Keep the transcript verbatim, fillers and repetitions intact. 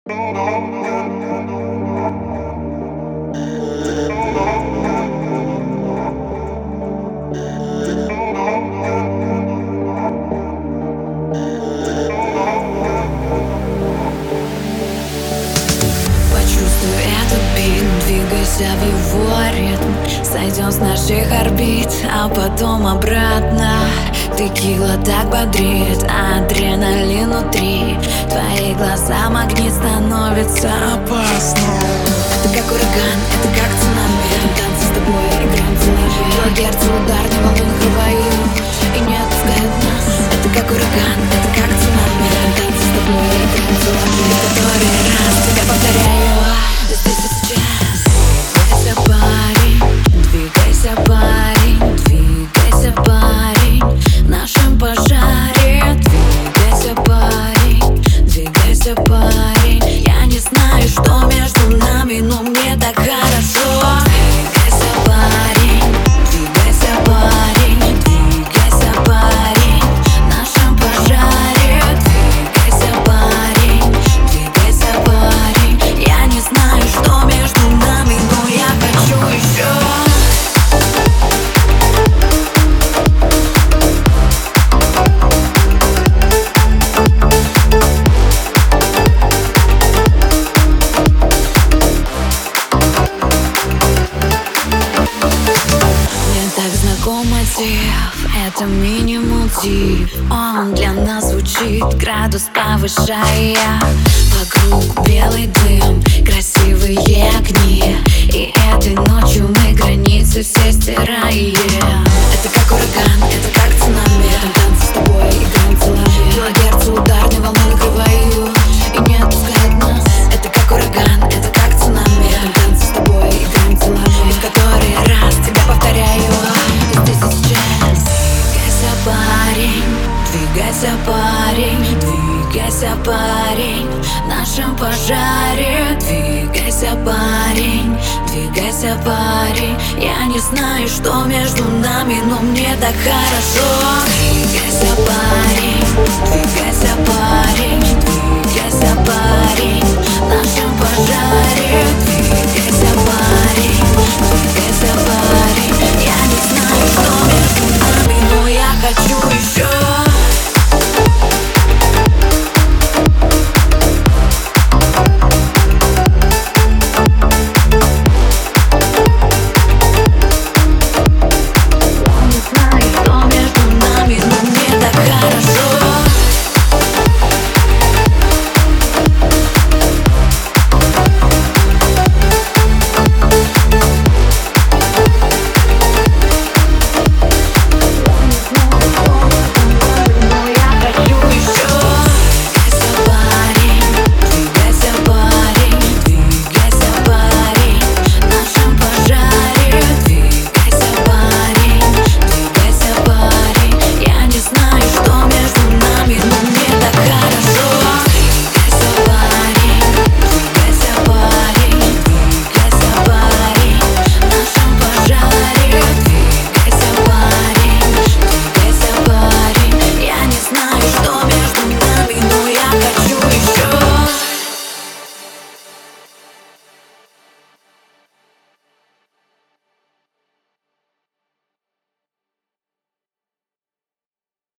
Почувствуй этот бит, двигайся в его ритм. Сойдем с наших орбит, а потом обратно. Текила так бодрит, адреналин внутри. Твои глаза магнит, становится опасно. Это как ураган, это как цунами. В этом танце с тобой играем целовые. Твой герц, удар, не волну накрываю и не отпускает нас. Это как ураган, это как цунами. В этом танце с тобой играем целовые. Который раз тебя повторяю здесь и сейчас. Двигайся, парень, двигайся, парень, двигайся, парень, в нашем пожаре. Двигайся, парень, двигайся, парень. Я не знаю, что между нами, но мне так хорошо. Двигайся, парень, двигайся, парень, двигайся, парень, в нашем пожаре. Двигайся, парень, двигайся, парень. Я не знаю, что между нами, но я хочу еще. Это минимум тип. Он для нас звучит, градус повышая. Вокруг белый дым, красивые огни. И этой ночью мы границы все стираем. Это как ураган, это как цунами. В этом танце с тобой играем целовые. Килогерц, удар, не волну накрываю и не отпускает нас. Это как ураган, это как цунами. В этом танце с тобой играем целовые. В который раз тебя повторяю здесь и сейчас. Парень, двигайся, парень, двигайся, парень, в нашем пожаре. Двигайся, парень, двигайся, парень. Я не знаю, что между нами, но мне так хорошо. Двигайся, парень, двигайся, парень, двигайся, парень.